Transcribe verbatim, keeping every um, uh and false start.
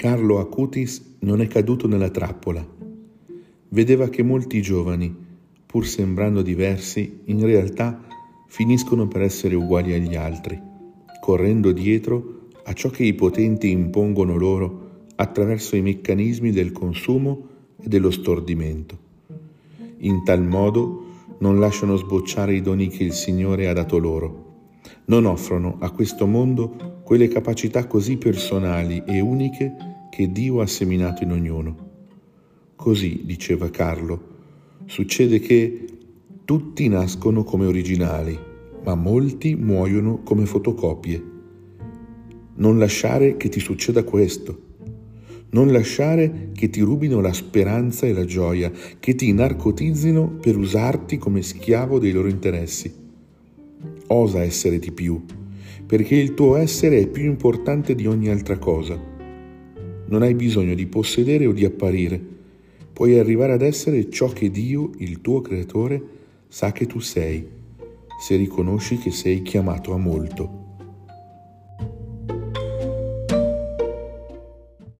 Carlo Acutis non è caduto nella trappola. Vedeva che molti giovani, pur sembrando diversi, in realtà finiscono per essere uguali agli altri, correndo dietro a ciò che i potenti impongono loro attraverso i meccanismi del consumo e dello stordimento. In tal modo non lasciano sbocciare i doni che il Signore ha dato loro. Non offrono a questo mondo quelle capacità così personali e uniche che Dio ha seminato in ognuno. Così, diceva Carlo, succede che tutti nascono come originali, ma molti muoiono come fotocopie. Non lasciare che ti succeda questo. Non lasciare che ti rubino la speranza e la gioia, che ti narcotizzino per usarti come schiavo dei loro interessi. Osa essere di più, perché il tuo essere è più importante di ogni altra cosa. Non hai bisogno di possedere o di apparire. Puoi arrivare ad essere ciò che Dio, il tuo creatore, sa che tu sei, se riconosci che sei chiamato a molto.